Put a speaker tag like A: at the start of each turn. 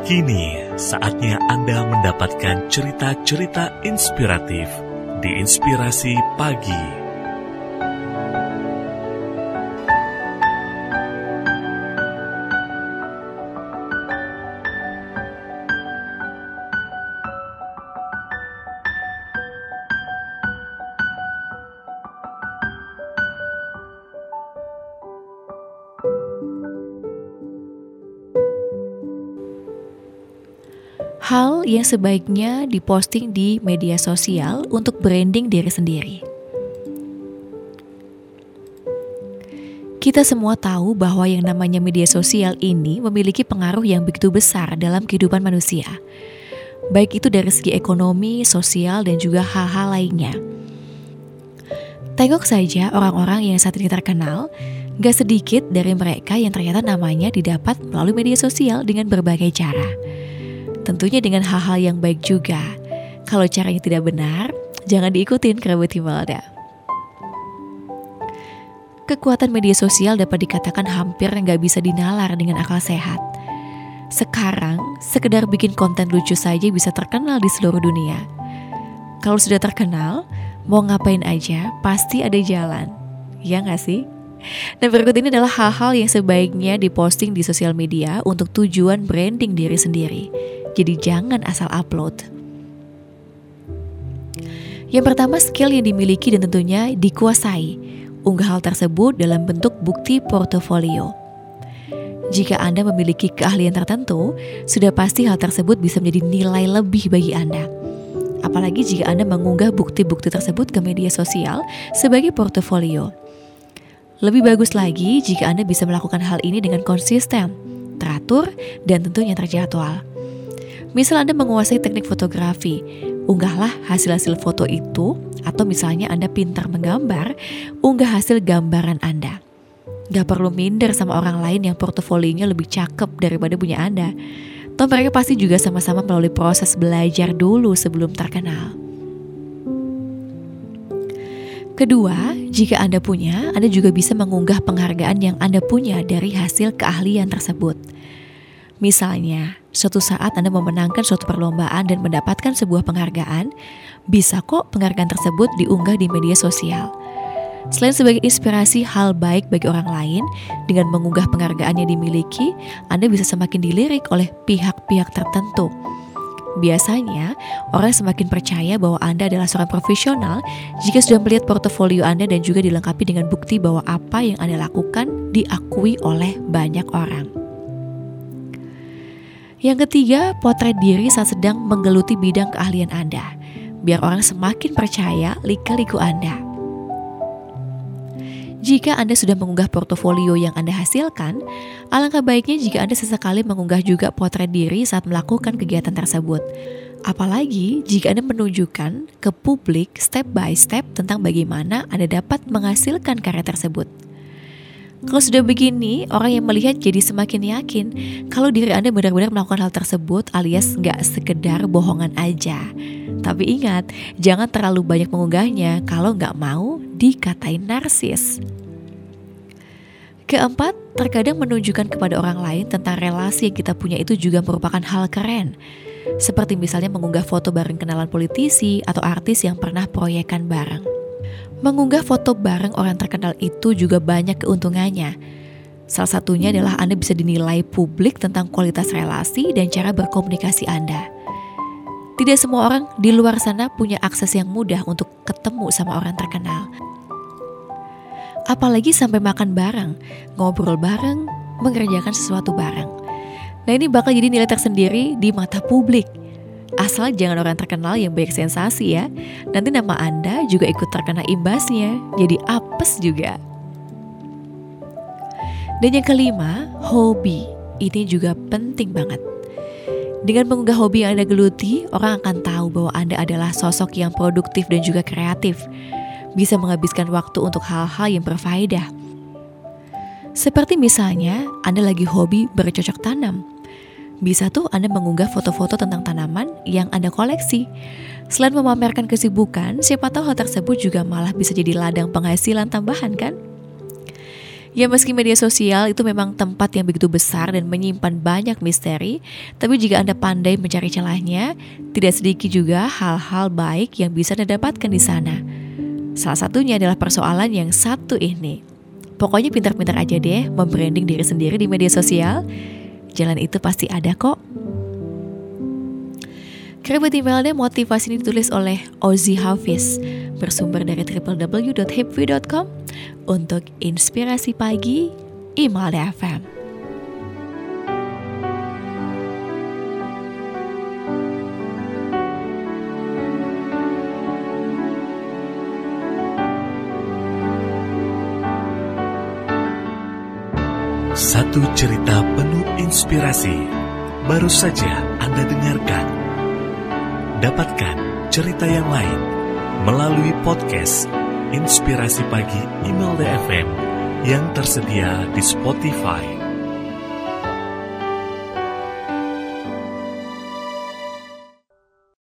A: Kini saatnya Anda mendapatkan cerita-cerita inspiratif di Inspirasi Pagi.
B: Hal yang sebaiknya diposting di media sosial untuk branding diri sendiri. Kita semua tahu bahwa yang namanya media sosial ini memiliki pengaruh yang begitu besar dalam kehidupan manusia. Baik itu dari segi ekonomi, sosial, dan juga hal-hal lainnya. Tengok saja orang-orang yang saat ini terkenal, gak sedikit dari mereka yang ternyata namanya didapat melalui media sosial dengan berbagai cara. Tentunya dengan hal-hal yang baik juga. Kalau caranya tidak benar, jangan diikutin kerabat Himalaya. Kekuatan media sosial dapat dikatakan hampir nggak bisa dinalar dengan akal sehat. Sekarang, sekedar bikin konten lucu saja bisa terkenal di seluruh dunia. Kalau sudah terkenal, mau ngapain aja pasti ada jalan. Ya nggak sih? Nah, berikut ini adalah hal-hal yang sebaiknya diposting di sosial media untuk tujuan branding diri sendiri. Jadi jangan asal upload. Yang pertama, skill yang dimiliki dan tentunya dikuasai. Unggah hal tersebut dalam bentuk bukti portofolio. Jika Anda memiliki keahlian tertentu, sudah pasti hal tersebut bisa menjadi nilai lebih bagi Anda. Apalagi jika Anda mengunggah bukti-bukti tersebut ke media sosial sebagai portofolio. Lebih bagus lagi jika Anda bisa melakukan hal ini dengan konsisten, teratur, dan tentunya terjadwal. Misal Anda menguasai teknik fotografi, unggahlah hasil-hasil foto itu, atau misalnya Anda pintar menggambar, unggah hasil gambaran Anda. Gak perlu minder sama orang lain yang portofolionya lebih cakep daripada punya Anda. Toh mereka pasti juga sama-sama melalui proses belajar dulu sebelum terkenal. Kedua, jika Anda punya, Anda juga bisa mengunggah penghargaan yang Anda punya dari hasil keahlian tersebut. Misalnya, suatu saat Anda memenangkan suatu perlombaan dan mendapatkan sebuah penghargaan, bisa kok penghargaan tersebut diunggah di media sosial. Selain sebagai inspirasi hal baik bagi orang lain, dengan mengunggah penghargaan yang dimiliki, Anda bisa semakin dilirik oleh pihak-pihak tertentu. Biasanya, orang semakin percaya bahwa Anda adalah seorang profesional jika sudah melihat portofolio Anda dan juga dilengkapi dengan bukti bahwa apa yang Anda lakukan diakui oleh banyak orang. Yang ketiga, potret diri saat sedang menggeluti bidang keahlian Anda, biar orang semakin percaya lika-liku Anda. Jika Anda sudah mengunggah portofolio yang Anda hasilkan, alangkah baiknya jika Anda sesekali mengunggah juga potret diri saat melakukan kegiatan tersebut. Apalagi jika Anda menunjukkan ke publik step by step tentang bagaimana Anda dapat menghasilkan karya tersebut. Kalau sudah begini, orang yang melihat jadi semakin yakin kalau diri Anda benar-benar melakukan hal tersebut alias gak sekedar bohongan aja. Tapi ingat, jangan terlalu banyak mengunggahnya kalau gak mau dikatain narsis. Keempat, terkadang menunjukkan kepada orang lain tentang relasi yang kita punya itu juga merupakan hal keren. Seperti misalnya mengunggah foto bareng kenalan politisi atau artis yang pernah proyekan bareng. Mengunggah foto bareng orang terkenal itu juga banyak keuntungannya. Salah satunya adalah Anda bisa dinilai publik tentang kualitas relasi dan cara berkomunikasi Anda. Tidak semua orang di luar sana punya akses yang mudah untuk ketemu sama orang terkenal. Apalagi sampai makan bareng, ngobrol bareng, mengerjakan sesuatu bareng. Nah, ini bakal jadi nilai tersendiri di mata publik. Asal jangan orang terkenal yang banyak sensasi ya. Nanti nama Anda juga ikut terkena imbasnya. Jadi apes juga. Dan yang kelima, hobi. Ini juga penting banget. Dengan mengunggah hobi yang Anda geluti, orang akan tahu bahwa Anda adalah sosok yang produktif dan juga kreatif. Bisa menghabiskan waktu untuk hal-hal yang berfaedah. Seperti misalnya, Anda lagi hobi bercocok tanam. Bisa tuh Anda mengunggah foto-foto tentang tanaman yang Anda koleksi. Selain memamerkan kesibukan, siapa tahu hal tersebut juga malah bisa jadi ladang penghasilan tambahan kan? Ya meski media sosial itu memang tempat yang begitu besar dan menyimpan banyak misteri, tapi jika Anda pandai mencari celahnya, tidak sedikit juga hal-hal baik yang bisa Anda dapatkan di sana. Salah satunya adalah persoalan yang satu ini. Pokoknya pintar-pintar aja deh membranding diri sendiri di media sosial. Jalan itu pasti ada kok. Kerabat emailnya motivasi ini ditulis oleh Ozzy Hafiz, bersumber dari www.hipvi.com untuk Inspirasi Pagi Email FM.
A: Satu cerita penuh inspirasi baru saja Anda dengarkan. Dapatkan cerita yang lain melalui podcast Inspirasi Pagi Email FM yang tersedia di Spotify.